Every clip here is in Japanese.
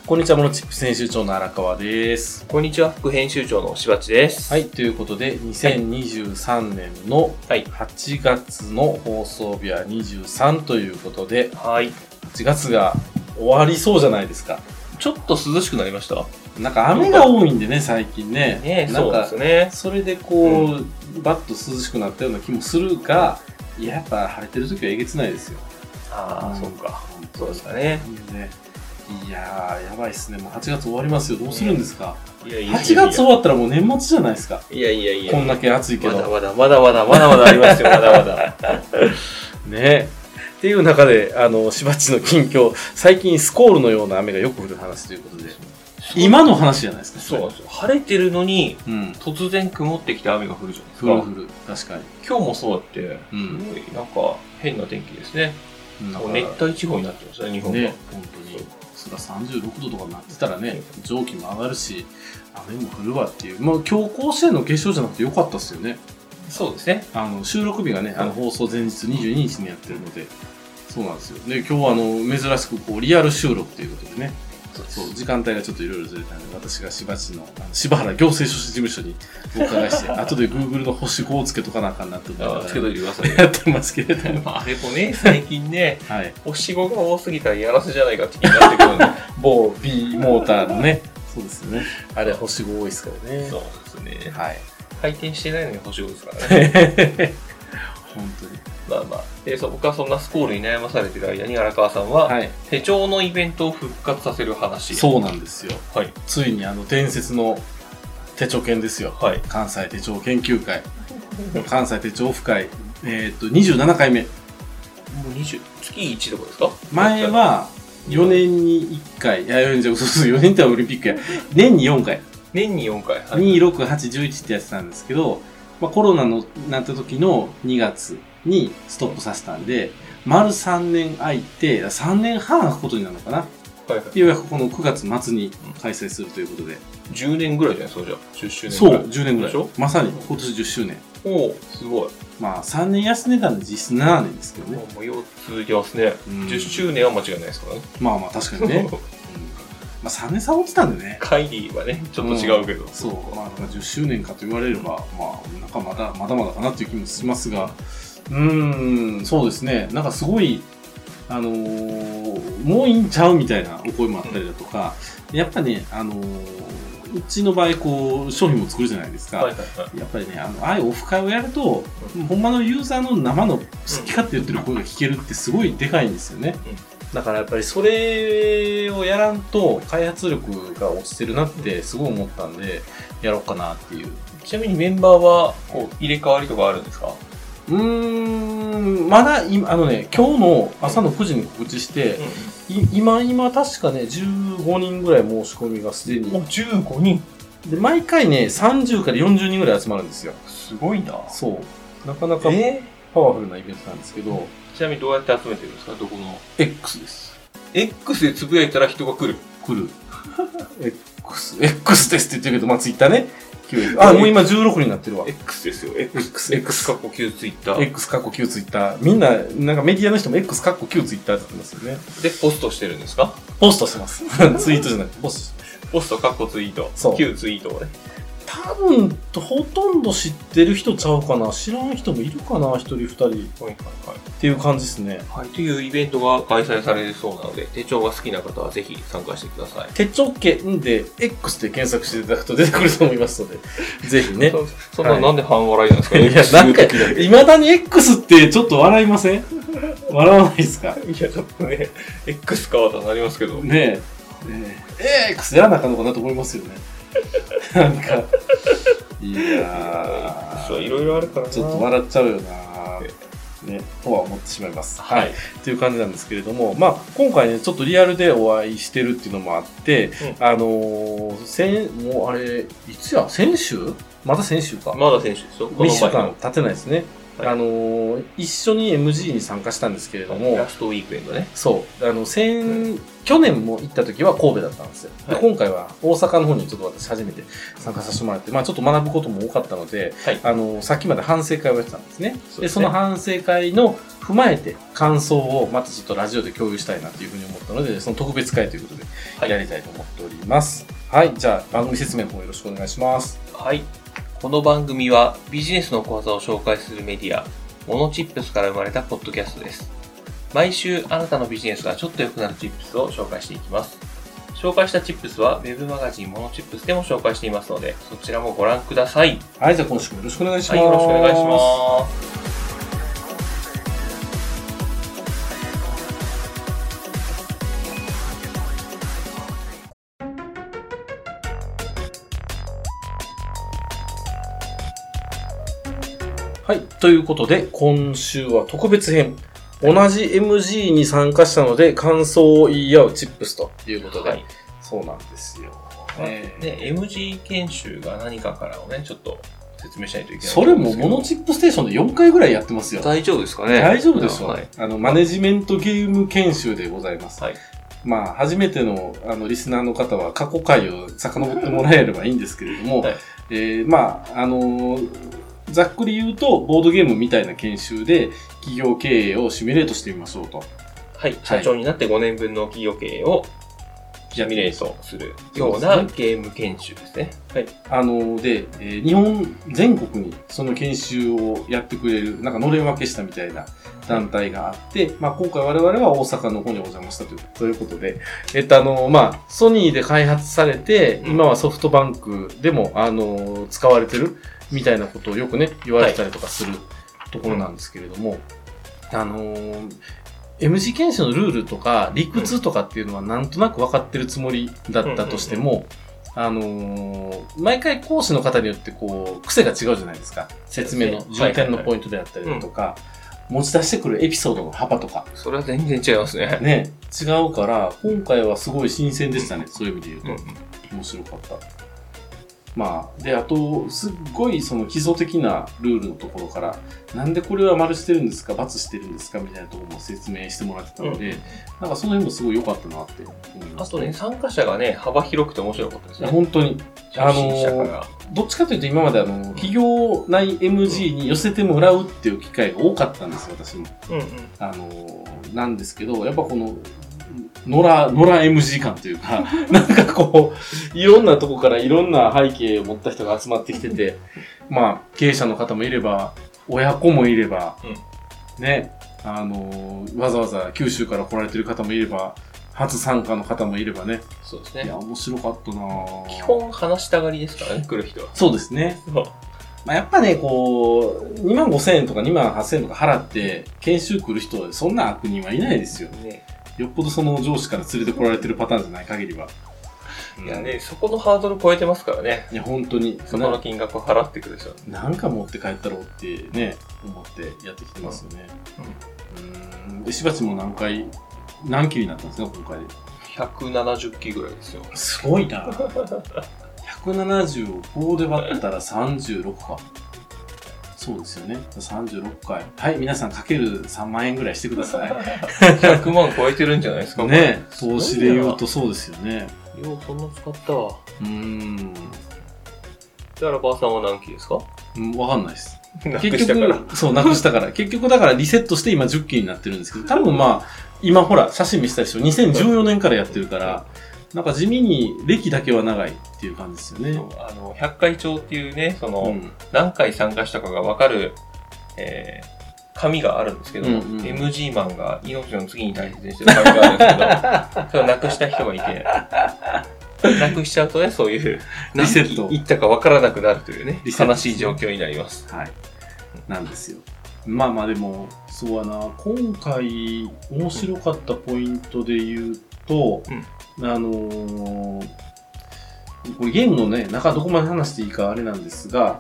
こんにちは、モノチップス編集長の荒川です。 こんにちは、副編集長のしばちです。 はい、ということで、2023年の8月の放送日は23ということで、 はい。 8月が終わりそうじゃないですか。 ちょっと涼しくなりました。 なんか雨が多いんでね、最近ね。 そうですね。 それでバッと涼しくなったような気もするが、いや、やっぱ晴れてる時はえげつないですよ。 そうか。そうですかね。 いやー、やばいっすね。もう8月終わりますよ。どうするんですか。 8 月終わったらもう年末じゃないですか。 いや。 こんだけ暑いけど。 まだありますよ、まだまだ。 ね。っていう中で、しばっちの近況、最近スコールのような雨がよく降る話ということで。今の話じゃないですか。 そうなんですよ。晴れてるのに、突然曇ってきて雨が降るじゃないですか。 降る。確かに。 今日もそうだって、すごいなんか変な天気ですね。熱帯地方になってますね、日本が。 ね、本当に。それが36度とかになってたらね、蒸気も上がるし、雨も降るわっていう。まあ、今日甲子園の決勝じゃなくてよかったっすよね。 そうですね。 収録日がね、放送前日22日にやってるので、そうなんですよ。で、今日は珍しくリアル収録ということでね、そう時間帯がちょっといろいろずれたので、私がしばちの柴原行政書士事務所にお伺いして、後で Google の星5をつけとかなあかんなってつけといてください。 やってますけれども。 あれもね、最近ね、 はい、 星5が多すぎたらやらせじゃないかって気になってくるので。 某 B モーターのね、そうですよね。あれ星5多いですからね。 そうですね。 はい。 回転してないのに星5ですからね。 本当に。 僕はそんなスコールに悩まされている間に荒川さんは、手帳のイベントを復活させる話。 そうなんですよ。 はい。 ついに伝説の手帳研ですよ。はい。関西手帳研究会。関西手帳オフ会。27回目。もう月1とかですか？ 前は、4年に1回。いや、4年ってオリンピックや。年に4回。 年に4回。 2、6、8、11ってやってたんですけど、まあ、コロナのなった時の2月にストップさせたんで、丸3年空いて、3年半空くことになるのかな。ようやくこの9月末に開催するということで。 10年ぐらいじゃないですか、じゃあ。10周年ぐらい。そう、10年ぐらい。まさに今年10周年。 おすごい。 まあ、3年休んでたんで実質7年ですけどね。 もうよう続いてますね。10周年は間違いないですからね。 まあ確かにね。まあ3年差落ちたんでね。 会議はね、ちょっと違うけど。 そう。まあ10周年かと言われれば、まあ、なんかまだまだかなっていう気もしますが、そうですね。なんかすごい、もういいんちゃうみたいなお声もあったりだとか、やっぱね、うちの場合、商品も作るじゃないですか。やっぱりね、ああいうオフ会をやると、ほんまのユーザーの生の好き勝手言ってる声が聞けるってすごいでかいんですよね。だからやっぱりそれをやらんと開発力が落ちてるなってすごい思ったんで、やろうかなっていう。 ちなみにメンバーは入れ替わりとかあるんですか？ まだ今日の朝の9時に告知して、今確かね15人ぐらい申し込みがすでに。 15人で毎回ね30から40人ぐらい集まるんですよ。 すごいな。 そう。なかなかパワフルなイベントなんですけど。 ちなみにどうやって集めてるんですか？どこの X です。 X でつぶやいたら人が来る。 X ですって言ってるけど、まあツイッターね。もう今16になってるわ。 X ですよ。X カッコ Q ツイッター。 X カッコ Q ツイッター。みんな、なんかメディアの人も X カッコ Q ツイッターって言ってますよね。 で、ポストしてるんですか？ ポストしてます。ツイートじゃなくて、ポスト。 ポストカッコツイート。Q ツイートをね。 多分、ほとんど知ってる人ちゃうかな。知らん人もいるかな、一人二人。っていう感じですね。 はい。というイベントが開催されるそうなので、手帳が好きな方はぜひ参加してください。 手帳券で X で検索していただくと出てくると思いますので、ぜひね。 そんななんで半笑いなんですかね。 いや、なんか、未だに X ってちょっと笑いません？笑わないですか？ いや、ちょっとね、X かわとなりますけど。 ねえ。X やらなあかんのかなと思いますよね。なんか、いやー、いろいろあるからな。 ちょっと笑っちゃうよなね、とは思ってしまいます。はい。っていう感じなんですけれども、まあ、今回ね、ちょっとリアルでお会いしてるっていうのもあって、もうあれ、いつや？先週？まだ先週か。 まだ先週ですよ。 1週間経ってないですね。一緒に MG に参加したんですけれども。 ラストウィークエンドね。 そう。 去年も行った時は神戸だったんですよ。で今回は大阪の方にちょっと私初めて参加させてもらって、ちょっと学ぶことも多かったので、さっきまで反省会をやってたんですね。で、その反省会の踏まえて感想をまたちょっとラジオで共有したいなというふうに思ったので、その特別会ということでやりたいと思っております。はい、じゃあ番組説明の方よろしくお願いします。 はい。この番組はビジネスの小技を紹介するメディア、モノチップスから生まれたポッドキャストです。毎週あなたのビジネスがちょっと良くなるチップスを紹介していきます。紹介したチップスはウェブマガジンモノチップスでも紹介していますので、そちらもご覧ください。 はい、じゃあ今週もよろしくお願いします。 はい、よろしくお願いします。 はい。ということで、今週は特別編。同じ MG に参加したので、感想を言い合うチップスということで。はい、そうなんですよ。 MG 研修が何かからをね、ちょっと説明しないといけない。 それもモノチップステーションで4回ぐらいやってますよ。 大丈夫ですかね？ 大丈夫でしょう。はい、マネジメントゲーム研修でございます。はい。初めての、リスナーの方は過去回を遡ってもらえればいいんですけれども、はい、ざっくり言うと、ボードゲームみたいな研修で企業経営をシミュレートしてみましょうと。 はい。社長になって5年分の企業経営をシミュレートするようなゲーム研修ですね。 はい。日本全国にその研修をやってくれる、なんかのれん分けしたみたいな団体があって、今回我々は大阪の方にお邪魔したということで、ソニーで開発されて、今はソフトバンクでも、使われてるみたいなことをよくね、言われてたりとかするところなんですけれども、MG 研修のルールとか理屈とかっていうのはなんとなく分かってるつもりだったとしても、毎回講師の方によって癖が違うじゃないですか。説明の重点のポイントであったりだとか、持ち出してくるエピソードの幅とか。 それは全然違いますね。 ね、違うから、今回はすごい新鮮でしたね。そういう意味で言うと。面白かった。で、あと、すっごいその基礎的なルールのところから、なんでこれは丸してるんですか、×してるんですか、みたいなところも説明してもらってたので、なんかその辺もすごい良かったなって思いました。 あとね、参加者がね、幅広くて面白かったですね。 本当に。どっちかというと今まで企業内 MG に寄せてもらうっていう機会が多かったんですよ、私も。なんですけど、やっぱこの、野良 MG 感というか、なんかいろんなとこからいろんな背景を持った人が集まってきてて、経営者の方もいれば、親子もいれば、ね、わざわざ九州から来られてる方もいれば、初参加の方もいればね。 そうですね。 いや、面白かったなぁ。 基本話したがりですからね、来る人は。 そうですね。やっぱね、25,000円とか28,000円とか払って、研修来る人はそんな悪人はいないですよね。よっぽどその上司から連れてこられてるパターンじゃない限りは。 いやね、そこのハードル超えてますからね。 いや、本当に。 そこの金額を払ってくる人は。 なんか持って帰ったろうってね、思ってやってきてますよね。で、しばちも何期になったんですか、今回で。 170期ぐらいですよ。 すごいな170を5で割ったら36か。そうですよね。36回。はい、皆さんかける3万円ぐらいしてください。 100万超えてるんじゃないですかね。投資で言うとそうですよね。 よう、そんな使ったわ。で、荒川さんは何期ですか？ わかんないです。 結局、 そう、なくしたから。結局だからリセットして今10期になってるんですけど、多分今ほら、写真見せたでしょ。2014年からやってるから、なんか地味に歴だけは長いっていう感じですよね。 100回帳っていうね、何回参加したかが分かる、紙があるんですけど、MG マンが命の次に大切にしてる紙があるんですけど、それをなくした人がいて、なくしちゃうとね、そういうリセットいったか分からなくなるというね、悲しい状況になります。 はい。なんですよ。でも、そうやな、今回面白かったポイントで言うと、これゲームのね、中どこまで話していいかあれなんですが、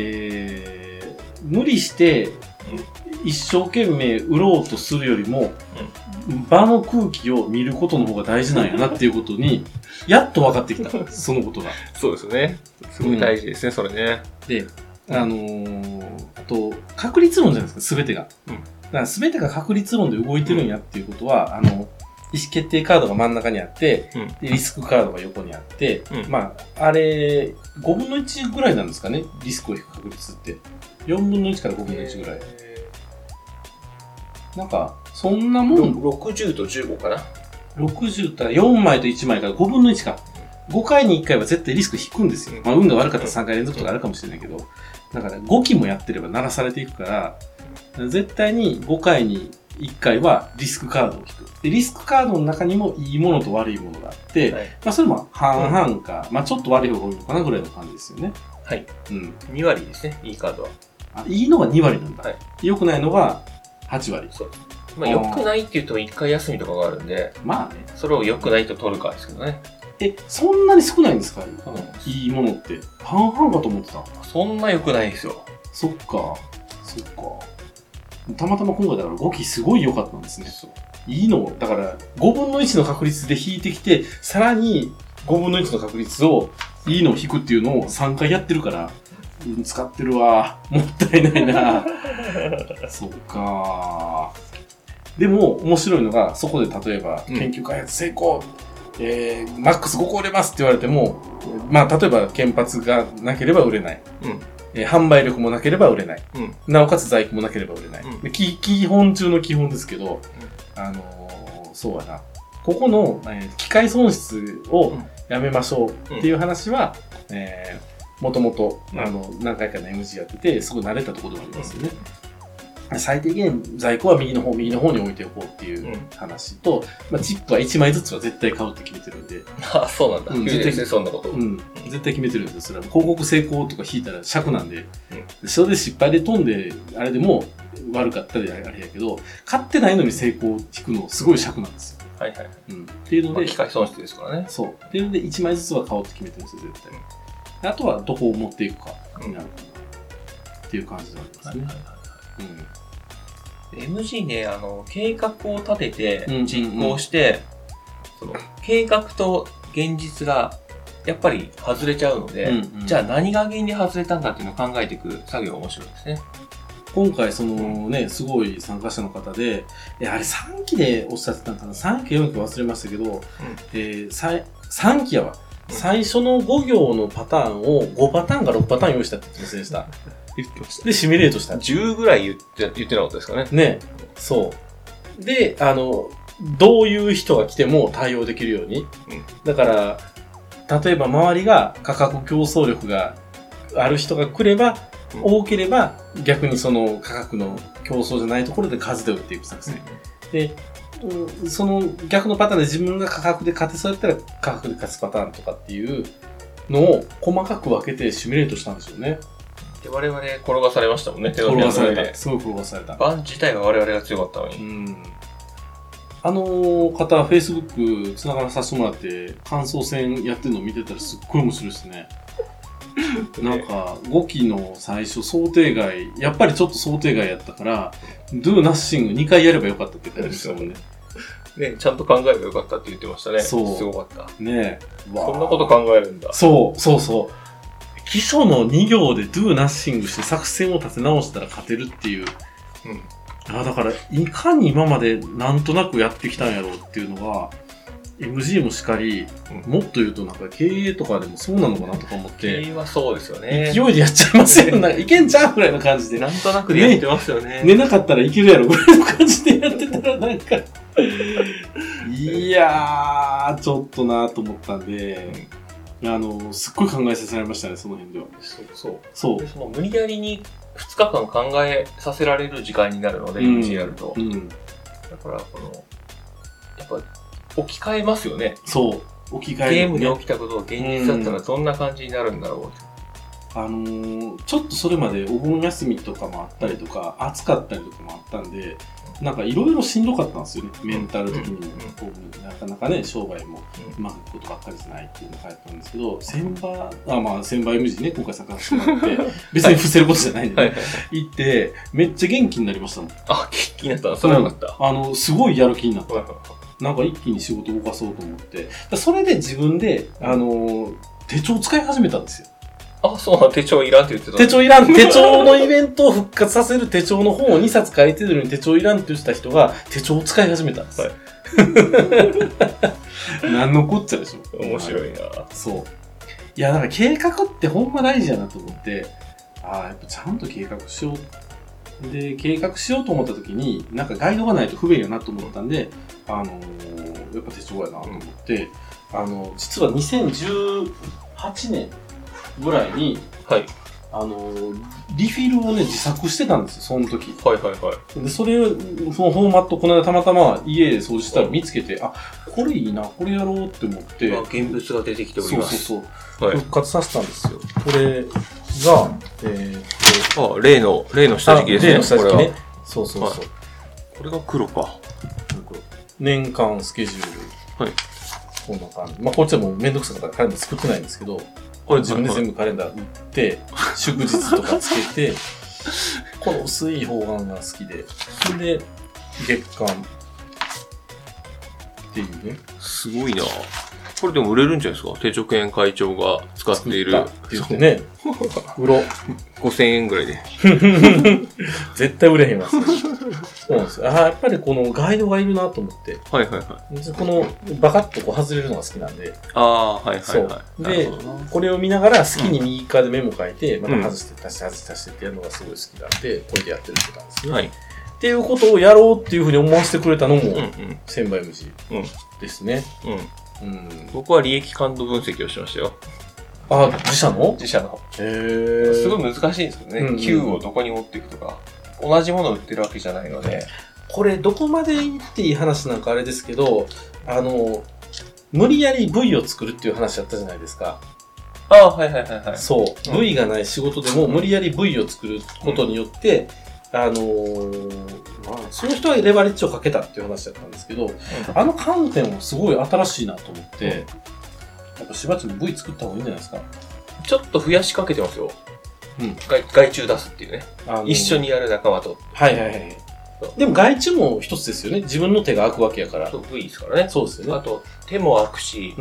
無理して一生懸命売ろうとするよりも、場の空気を見ることの方が大事なんやなっていうことに、やっと分かってきた。そのことが。 そうですね。すごい大事ですね、それね。 で、あと、確率論じゃないですか、すべてが。だからすべてが確率論で動いてるんやっていうことは、 思決定カードが真ん中にあって、 うん、 でリスクカードが横にあって、 うん、 まあ、あれ、5分の1ぐらいなんですかね、リスクを引く確率って。4分の1から5分の1ぐらい。なんか、そんなもん。 60と15かな。 60ったら4枚と1枚から5分の1か。5回に1回は絶対リスク引くんですよ。まあ、運が悪かったら3回連続とかあるかもしれないけど。だから5期もやってれば鳴らされていくから、絶対に5回に1回はリスクカードを引く。で、リスクカードの中にもいいものと悪いものがあって、はい、まあそれも半々か、まあちょっと悪い方が多いのかなぐらいの感じですよね。 はい。うん。2割ですね、いいカードは。 あ、いいのが2割なんだ。はい。良くないのが8割。 そう。まあ良くないって言うと1回休みとかがあるんで、 まあね。 それを良くないと取るかですけどね。 そんなに少ないんですか、いいものって。半々かと思ってた。 そんな良くないですよ。 そっか。そっか。たまたま今回だから5期すごい良かったんですね。いいのだから5分の1の確率で引いてきて、さらに5分の1の確率をいいのを引くっていうのを3回やってるから、使ってるわ。もったいないな。そっか。でも面白いのが、そこで例えば、研究開発成功、マックス5個売れますって言われても、まあ例えば原発がなければ売れない。販売力もなければ売れない。なおかつ在庫もなければ売れない。基本中の基本ですけど、そうやな。ここの、機械損失をやめましょうっていう話は、もともと何回かの MG やってて、すごい慣れたところがありますよね。最低限在庫は右の方に置いておこうっていう話と、まあ、チップは1枚ずつは絶対買うって決めてるんで。 ああ、そうなんだ。絶対そんなこと。 絶対決めてるんです。それは広告成功とか引いたら尺なんで、それで失敗で飛んで、あれでも悪かったりあれやけど、買ってないのに成功を引くのすごい尺なんですよ。 はいはい。 っていうので、 機械損失ですからね。 そう。っていうので1枚ずつは買おうって決めてるんですよ、絶対。あとはどこを持っていくかになるかなっていう感じなんですね。 MG ね、計画を立てて実行して、その計画と現実がやっぱり外れちゃうので、じゃあ何が原因で外れたんだっていうのを考えていく作業が面白いですね。 今回そのね、すごい参加者の方で、あれ3期でおっしゃってたんかな、3期4期忘れましたけど、3期やわ。最初の5行のパターンを5パターンか6パターン用意したって言ってませんでした。 言ってました。 で、シミュレートした。 10ぐらい言ってなかったですかね。 ね。そう。で、どういう人が来ても対応できるように。だから、例えば周りが価格競争力がある人が来れば、多ければ逆にその価格の競争じゃないところで数で売っていく作戦。で、その逆のパターンで自分が価格で勝てそうやったら価格で勝つパターンとかっていうのを細かく分けてシミュレートしたんですよね。 で我々転がされましたもんね。 転がされた。すごい転がされた。 盤自体は我々が強かったのに。 方は Facebook つながらさせてもらって感想戦やってるのを見てたらすっごい面白いですね。なんか5期の最初想定外、やっぱりちょっと想定外やったから Do Nothing 2回やればよかったって言ったりしたもんね。 ね、ちゃんと考えればよかったって言ってましたね。そう。すごかった。 ねえ。そんなこと考えるんだ。 そう。基礎の2行で Do Nothing して作戦を立て直したら勝てるっていう。だから、いかに今までなんとなくやってきたんやろうっていうのが、MG もしっかり、もっと言うとなんか経営とかでもそうなのかなとか思って。 経営はそうですよね。 勢いでやっちゃいますよ。なんかいけんちゃうぐらいの感じで。 なんとなくでやってますよね。 寝なかったらいけるやろぐらいの感じでやってたらなんか、いやー、ちょっとなーと思ったんで、すっごい考えさせられましたね、その辺では。そう。 でその無理やりに2日間考えさせられる時間になるので、MG やると。だから、やっぱ、置き換えますよね。 そう。置き換える、 ゲームで起きたことを現実だったらどんな感じになるんだろうって。 ちょっとそれまでお盆休みとかもあったりとか、暑かったりとかもあったんで、なんかいろいろしんどかったんですよね。メンタル的にも。なかなかね、商売もうまくいくことばっかりじゃないっていうのが書いてたんですけど、1000倍 MG ね、今回参加してもらって、別に伏せることじゃないんで、行って、めっちゃ元気になりましたもん。 あ、元気になった。それはよかった。 すごいやる気になった。なんか一気に仕事を動かそうと思って。それで自分で、手帳を使い始めたんですよ。 あ、そうなの、手帳いらんって言ってた。 手帳いらん、手帳のイベントを復活させる手帳の本を2冊書いてるのに手帳いらんって言ってた人が手帳を使い始めたんです。はい、何のこっちゃでしょ。 面白いな。 そう。いや、だから計画ってほんま大事やなと思って、やっぱちゃんと計画しよう。で、計画しようと思った時に、なんかガイドがないと不便やなと思ったんで、やっぱ手帳やなと思って、実は2018年ぐらいに、 はい。 リフィルをね、自作してたんですよ、その時。 はいはいはい。 で、そのフォーマット、この間たまたま家で掃除したら見つけて、これいいな、これやろうって思って。 現物が出てきております。 そう。はい、復活させたんですよ。これが、 例の下敷きですね。 例の下敷きね。そう。はい、 これが黒か。 年間スケジュール。はい。こんな感じ。こっちはもうめんどくさかったからカレンダー作ってないんですけど、これ自分で全部カレンダー打って、祝日とかつけて、この薄い方眼が好きで、それで月間っていうね。 すごいな。これでも売れるんじゃないですか。手帳研会長が使っている。 って言ってね。売ろう。 5000円ぐらいで。 絶対売れへんわ。そうなんですよ。やっぱりこのガイドがいるなと思って。 はいはいはい。 このバカッとこう外れるのが好きなんで。 はいはいはい。 そう。で、これを見ながら好きに右側でメモ書いて、また外して足してってやるのがすごい好きなんで、これでやってるって感じですね。はい。っていうことをやろうっていうふうに思わせてくれたのも、1000倍無事ですね。 僕は利益感度分析をしましたよ。 自社の。 すごい難しいんですけどね。Q をどこに持っていくとか。同じものを売ってるわけじゃないので。 これどこまで言っていい話なんかあれですけど、無理やり V を作るっていう話だったじゃないですか。 はいはいはいはい。 そう。V がない仕事でも無理やり V を作ることによって、その人はレバレッジをかけたっていう話だったんですけど、観点はすごい新しいなと思って、やっぱしばちも V 作った方がいいんじゃないですか。 ちょっと増やしかけてますよ。外注出すっていうね。一緒にやる仲間と。 はいはいはい。でも外注も一つですよね。自分の手が空くわけやから。 そう、V ですからね。 そうですよね。 あと、手も空くし、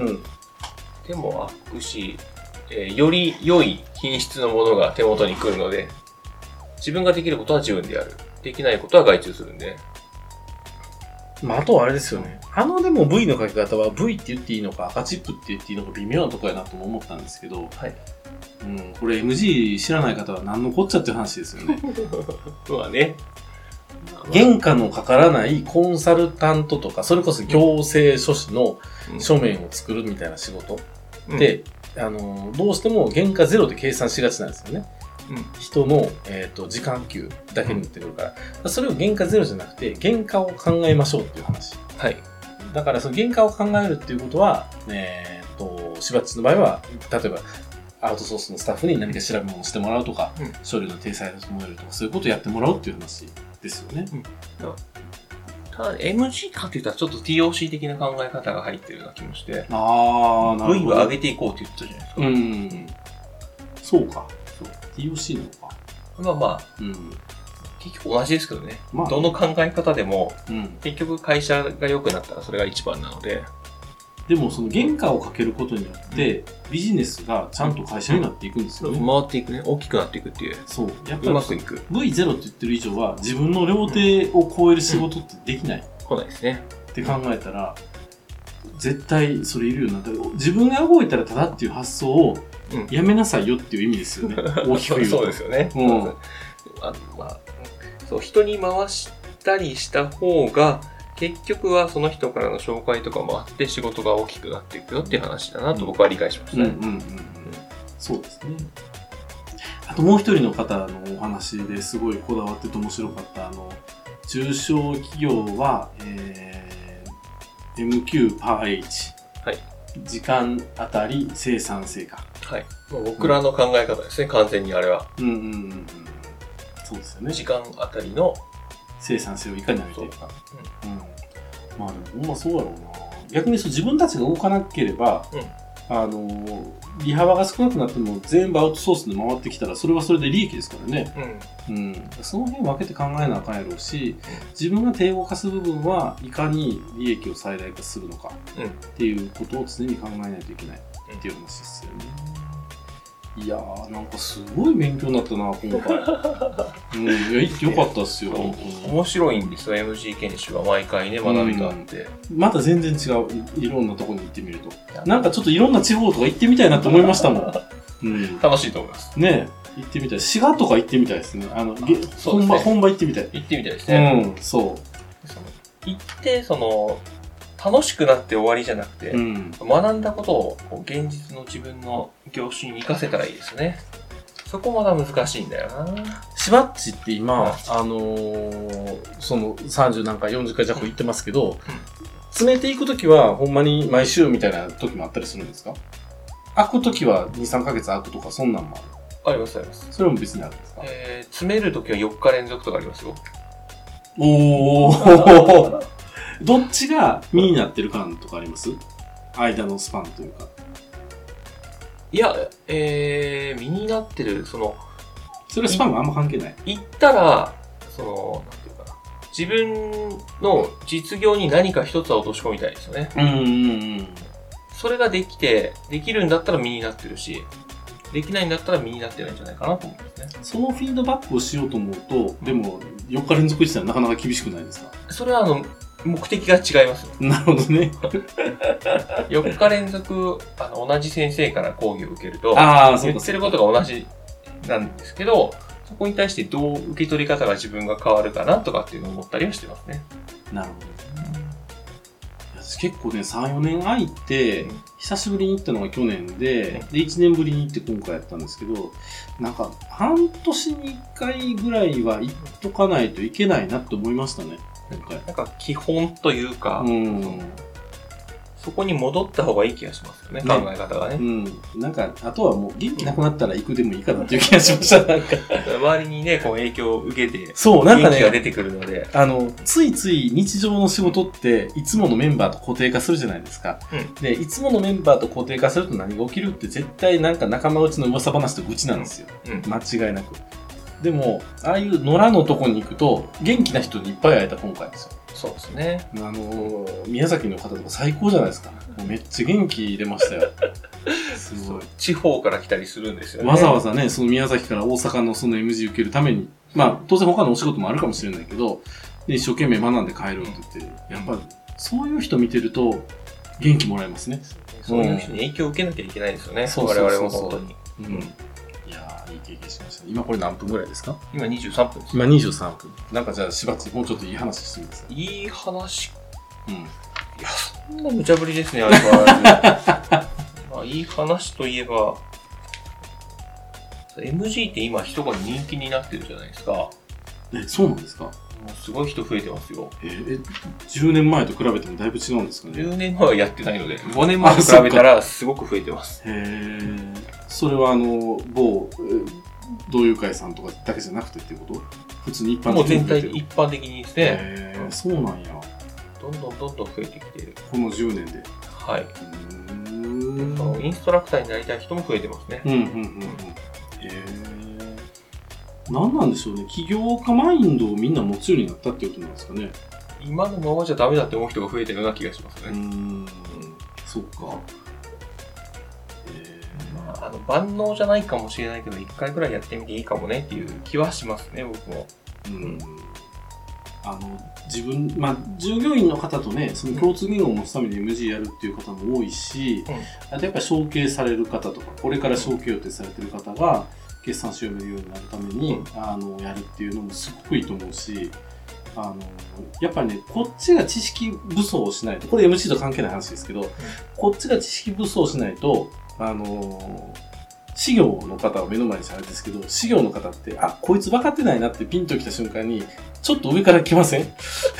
より良い品質のものが手元に来るので、自分ができることは自分でやる。できないことは外注するんで。 あとはあれですよね。でも V の書き方は V って言っていいのか赤チップって言っていいのか微妙なところやなとも思ったんですけど、はい。これ MG 知らない方は何のこっちゃっていう話ですよね。 まあね。 原価のかからないコンサルタントとか、それこそ行政書士の書面を作るみたいな仕事で、どうしても原価ゼロで計算しがちなんですよね。人の、時間給だけに売ってくるから。それを原価ゼロじゃなくて、原価を考えましょうっていう話。はい。だからその原価を考えるっていうことは、しばっちの場合は、例えば、アウトソースのスタッフに何か調べ物をしてもらうとか、処理の体裁を整えるとか、そういうことをやってもらうっていう話ですよね。 ただ、MG かって言ったらちょっと TOC 的な考え方が入ってるような気もして。なるほど。 V を上げていこうって言ったじゃないですか。 そうか。TOC なのか。 まあ、結局同じですけどね。どの考え方でも、結局会社が良くなったらそれが一番なので。 でもその原価をかけることによって、ビジネスがちゃんと会社になっていくんですよね。 回っていくね。大きくなっていくっていう。 そう。やっぱりうまくいく。 V0 って言ってる以上は、自分の両手を超える仕事ってできない。 来ないですね。 って考えたら、絶対それいるようになった。自分が動いたらただっていう発想をやめなさいよっていう意味ですよね。大きく言うと。 そうですよね。人に回したりした方が、結局はその人からの紹介とかもあって仕事が大きくなっていくよっていう話だなと僕は理解しましたね。 そうですね。あともう一人の方のお話ですごいこだわってて面白かった中小企業は、MQ パー H、はい、時間あたり生産性か。はい。 僕らの考え方ですね、完全にあれは。 そうですよね。 時間あたりの生産性をいかに上げていくか。まあでもそうだろうな。逆に自分たちが動かなければ、利幅が少なくなっても全部アウトソースで回ってきたらそれはそれで利益ですからね。その辺分けて考えなあかんやろうし、自分が手を動かす部分はいかに利益を最大化するのかっていうことを常に考えないといけないっていう話ですよね。 いやー、なんかすごい勉強になったな、今回。いや、よかったっすよ。 面白いんですよ、MG 研修は毎回ね、学びがあって。 また全然違う、いろんなとこに行ってみると。なんかちょっといろんな地方とか行ってみたいなと思いましたもん。 楽しいと思います。 ね行ってみたい。滋賀とか行ってみたいですね。本場行ってみたい。 行ってみたいですね。 そう。 行って、楽しくなって終わりじゃなくて、学んだことを現実の自分の業種に活かせたらいいですね。そこまだ難しいんだよな。 しばっちって今、30何回、40回弱行ってますけど、詰めていくときは、ほんまに毎週みたいな時もあったりするんですか？開くときは2、3ヶ月開くとか、そんなんもある？ あります、あります。 それも別にあるんですか？ 詰めるときは4日連続とかありますよ。 おーどっちが身になってる感とかあります？間のスパンというか。 いや、身になってる、それスパンがあんま関係ない。 行ったら、なんていうかな。自分の実業に何か一つは落とし込みたいですよね。それができるんだったら身になってるし、できないんだったら身になってないんじゃないかなと思うんですね。 そのフィードバックをしようと思うと、でも4日連続したらなかなか厳しくないですか？ それは目的が違いますよ。 なるほどね。 4日連続同じ先生から講義を受けると、言ってることが同じなんですけど、そこに対してどう受け取り方が自分が変わるかなとかっていうのを思ったりはしてますね。 なるほどね。私結構ね、3、4年空いて、久しぶりに行ったのが去年で、1年ぶりに行って今回やったんですけど、なんか半年に1回ぐらいは行っとかないといけないなって思いましたね。 なんか基本というか、そこに戻った方がいい気がしますよね、考え方がね。 なんか、あとはもう元気なくなったら行くでもいいかなっていう気がしました。なんか周りにね、影響を受けて、 そう、なんかね、 元気が出てくるので。 ついつい日常の仕事って、いつものメンバーと固定化するじゃないですか。で、いつものメンバーと固定化すると何が起きるって絶対なんか仲間内の噂話と愚痴なんですよ。間違いなく。でも、ああいう野良のとこに行くと、元気な人にいっぱい会えた今回ですよ。 そうですね。 宮崎の方とか最高じゃないですか。もうめっちゃ元気出ましたよ。すごい。 地方から来たりするんですよね。 わざわざね、その宮崎から大阪のその MG 受けるために、当然他のお仕事もあるかもしれないけど、一生懸命学んで帰るって言って、やっぱりそういう人見てると元気もらえますね。 そういう人に影響を受けなきゃいけないですよね。我々も本当に。 いやー、いい経験しました。今これ何分ぐらいですか？ 今23分です。 今23分。なんかじゃあしばっちもうちょっといい話してみてください。 いい話。いや、そんな無茶ぶりですね、あれは。いい話といえば、MG って今人が人気になってるじゃないですか。 そうなんですか？もうすごい人増えてますよ。 10年前と比べてもだいぶ違うんですかね。 10年前はやってないので、5年前と比べたらすごく増えてます。 それは某同友会さんとかだけじゃなくてっていうこと？普通に一般的にもう全体一般的にですね。 そうなんや。 どんどん増えてきている。 この10年で。 はい。インストラクターになりたい人も増えてますね。 何なんでしょうね。起業家マインドをみんな持つようになったっていうことなんですかね。 今のままじゃダメだって思う人が増えてるような気がしますね。 そっか。 万能じゃないかもしれないけど、1回ぐらいやってみていいかもねっていう気はしますね、僕も。 自分、従業員の方とね、その共通言語を持つために MG やるっていう方も多いし、あとやっぱり承継される方とか、これから承継予定されてる方が、決算書を読めるようになるために、やるっていうのもすごくいいと思うし、やっぱりね、こっちが知識武装をしないと、これ MC と関係ない話ですけど、こっちが知識武装しないと、事業の方を目の前にされてるんですけど、事業の方って、こいつ分かってないなってピンときた瞬間に、ちょっと上から来ません？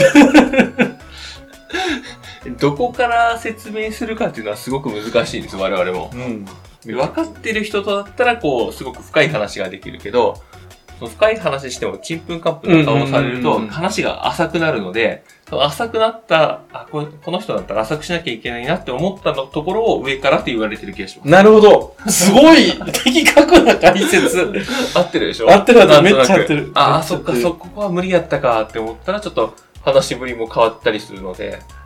どこから説明するかっていうのはすごく難しいんです、我々も。分かってる人とだったら、すごく深い話ができるけど、その深い話してもちんぷんかんぷんな顔をされると、話が浅くなるので、浅くなった、この人だったら浅くしなきゃいけないなって思ったところを上からって言われてる気がします。 なるほど。すごい的確な解説。 合ってるでしょ？ 合ってるめっちゃ合ってる。 そっか、ここは無理やったかって思ったら、ちょっと話しぶりも変わったりするので、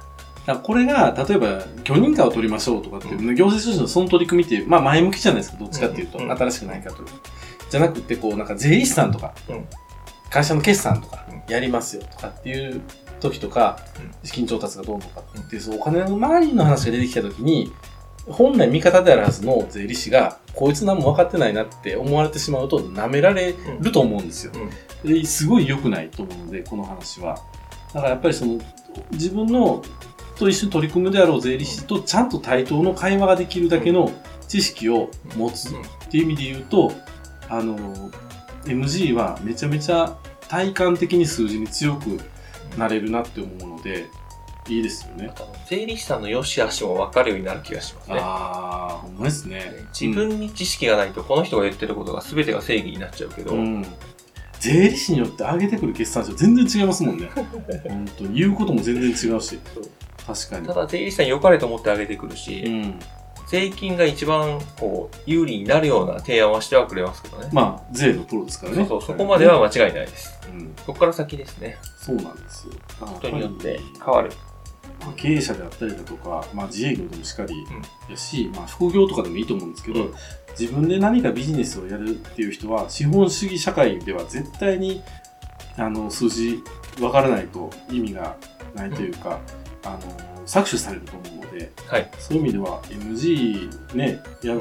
これが、例えば、許認可を取りましょうとかっていう、行政書士のその取り組みって、まあ前向きじゃないですか、どっちかっていうと、新しくないかという。じゃなくて、こう、なんか税理士さんとか、会社の決算とか、やりますよとかっていう時とか、資金調達がどうのかって、お金の周りの話が出てきた時に、本来味方であるはずの税理士が、こいつ何も分かってないなって思われてしまうと、舐められると思うんですよ。すごい良くないと思うので、この話は。だからやっぱり自分のと一緒に取り組むであろう税理士とちゃんと対等の会話ができるだけの知識を持つっていう意味で言うと、MG はめちゃめちゃ体感的に数字に強くなれるなって思うので、いいですよね。 税理士さんの良し悪しも分かるようになる気がしますね。 ほんまですね。 自分に知識がないと、この人が言ってることが全てが正義になっちゃうけど、 税理士によって上げてくる決算書全然違いますもんね。本当に言うことも全然違うし。確かに。 ただ税理士さんに良かれと思って上げてくるし、税金が一番有利になるような提案はしてはくれますけどね。 まあ、税のプロですからね。 そこまでは間違いないです。そこから先ですね。 そうなんですよ。 人によって変わる。 経営者であったりだとか、自営業でもしっかりやし、副業とかでもいいと思うんですけど、自分で何かビジネスをやるっていう人は、資本主義社会では絶対に数字分からないと意味がないというか、搾取されると思うので、そういう意味では MG ね、やって、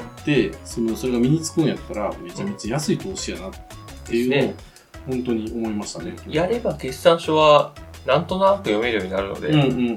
それが身につくんやったら、めちゃめちゃ安い投資やなっていうのを、本当に思いましたね。 やれば決算書は、なんとなく読めるようになるので。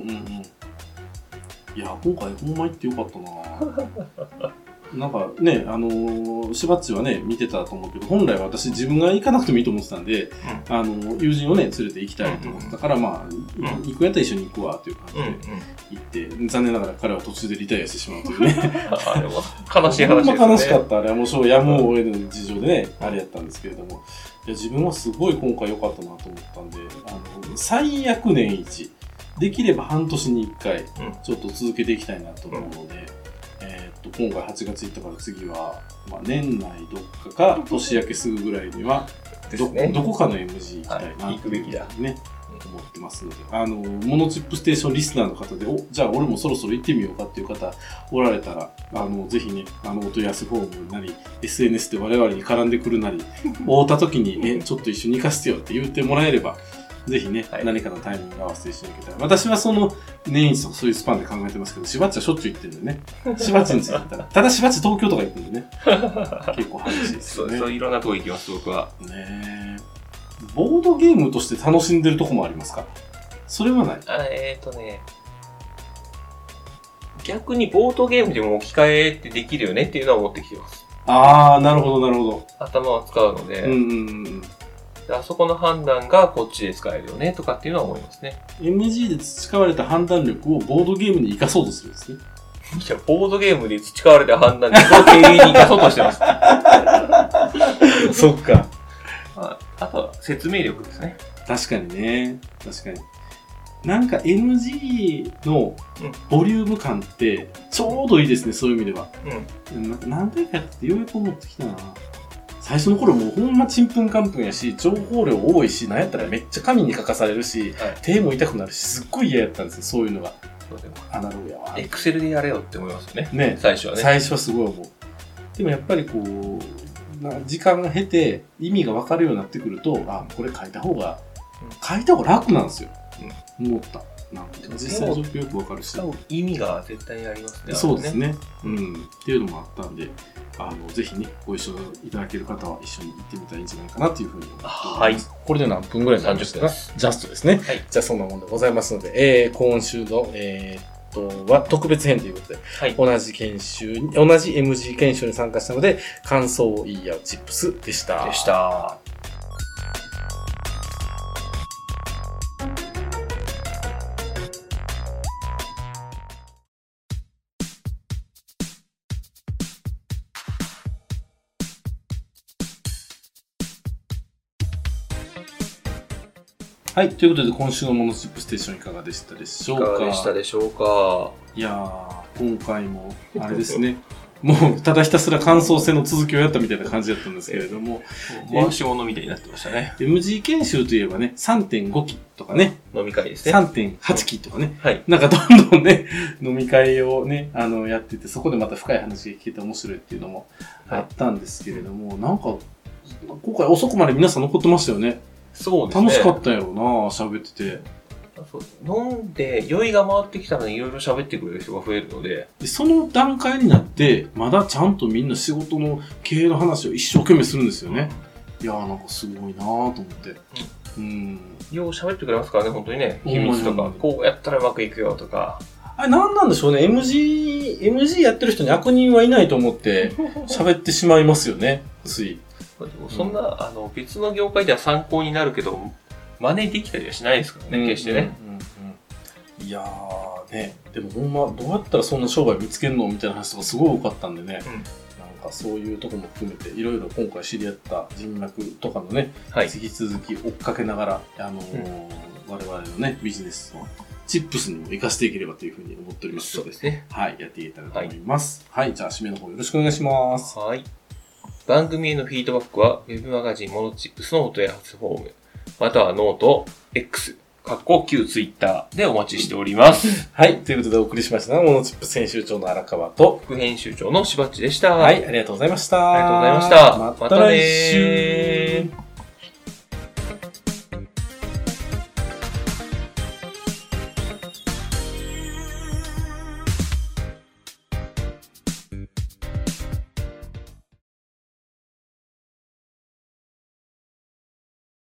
いや、今回ほんま行ってよかったななんかね、しばっちはね、見てたと思うけど、本来は私自分が行かなくてもいいと思ってたんで、友人をね、連れて行きたいと思ってたから、行くやったら一緒に行くわっていう感じで行って、残念ながら彼は途中でリタイアしてしまうというね。 あれも悲しい話ですね。 ほんま悲しかった。あれはもうやむを得ぬ事情でね、あれやったんですけれども、自分はすごい今回良かったなと思ったんで、最悪年一、できれば半年に1回、ちょっと続けていきたいなと思うので、今回8月行ったから次は、年内どっかか年明けすぐぐらいには、どこかの MG 行きたいな行くべきだね、思ってますので、モノチップステーションリスナーの方で、じゃあ俺もそろそろ行ってみようかっていう方おられたら、ぜひね、お問い合わせフォームなり、SNS で我々に絡んでくるなり、会った時に、ちょっと一緒に行かせてよって言ってもらえれば、ぜひね、何かのタイミング合わせて一緒に行けたら。私は年一とかそういうスパンで考えてますけど、しばっちはしょっちゅう行ってるんでね。しばっちについてたら。ただしばっち東京とか行くんでね。結構激しいですよね。 そういろんなとこ行きます、僕は。 ボードゲームとして楽しんでるとこもありますか？それはない？ 逆にボードゲームでも置き換えってできるよねっていうのは思ってきてます。 なるほど、なるほど。 頭を使うので。あそこの判断がこっちで使えるよねとかっていうのは思いますね。 MG で培われた判断力をボードゲームに活かそうとするんですね。 いや、ボードゲームで培われた判断力を経営に活かそうとしてます。 そっか。 あとは説明力ですね。 確かにね。確かに。なんか MG のボリューム感ってちょうどいいですね、そういう意味では。何回かやってようやく思ってきたな。最初の頃もうほんまちんぷんかんぷんやし、情報量多いし、なんやったらめっちゃ紙に書かされるし、手も痛くなるし、すっごい嫌やったんですよ、そういうのが。アナログやわ。 エクセルでやれよって思いますよね。最初はね。 最初はすごい思う。でもやっぱり時間が経て意味が分かるようになってくると、これ書いた方が楽なんですよ。思った。実際状況よく分かるし。 意味が絶対にありますね。 そうですね。っていうのもあったんで、ぜひね、ご一緒いただける方は一緒に行ってみたらいいんじゃないかなというふうに思っております。これで何分ぐらいになりましたか？ジャストですね。じゃあそんなもんでございますので、今週の、は特別編ということで、同じ MG 研修に参加したので、感想を言い合うチップスでした。はい、ということで今週のモノチップステーションいかがでしたでしょうか？ いかがでしたでしょうか？ いやー、今回もあれですね、 もうただひたすら感想戦の続きをやったみたいな感じだったんですけれども、 回し物みたいになってましたね。 MG 研修といえばね、3.5 期とかね、 飲み会ですね。 3.8 期とかね、 はい。 なんかどんどんね、飲み会をね、やってて、そこでまた深い話が聞けて面白いっていうのもあったんですけれども、なんか、今回遅くまで皆さん残ってましたよね。 そうですね。 楽しかったよな喋ってて。 そう飲んで酔いが回ってきたらいろいろ喋ってくれる人が増えるので、 その段階になってまだちゃんとみんな仕事の経営の話を一生懸命するんですよね。いやーなんかすごいなーと思って、 よう喋ってくれますからね、本当にね。秘密とか、こうやったらうまくいくよとか。 あれ何なんでしょうね。MG やってる人に悪人はいないと思って喋ってしまいますよね、つい。 そんな、別の業界では参考になるけど、真似できたりはしないですからね、決してね。 いやーね、でもほんま、どうやったらそんな商売見つけるのみたいな話とかすごい多かったんでね、なんかそういうとこも含めて、いろいろ今回知り合った人脈とかのね、引き続き追っかけながら、我々のね、ビジネスのチップスにも活かしていければというふうに思っておりますので、 そうですね。 はい、やっていけたらと思います。はい、じゃあ締めの方よろしくお願いします。 はい。番組へのフィードバックは、ウェブマガジンモノチップスのお問い合わせフォーム、またはノート、X、旧ツイッターでお待ちしております。 はい。ということでお送りしましたのは、モノチップ編集長の荒川と、 副編集長のしばっちでした。 はい。ありがとうございました。 ありがとうございました。 また来週。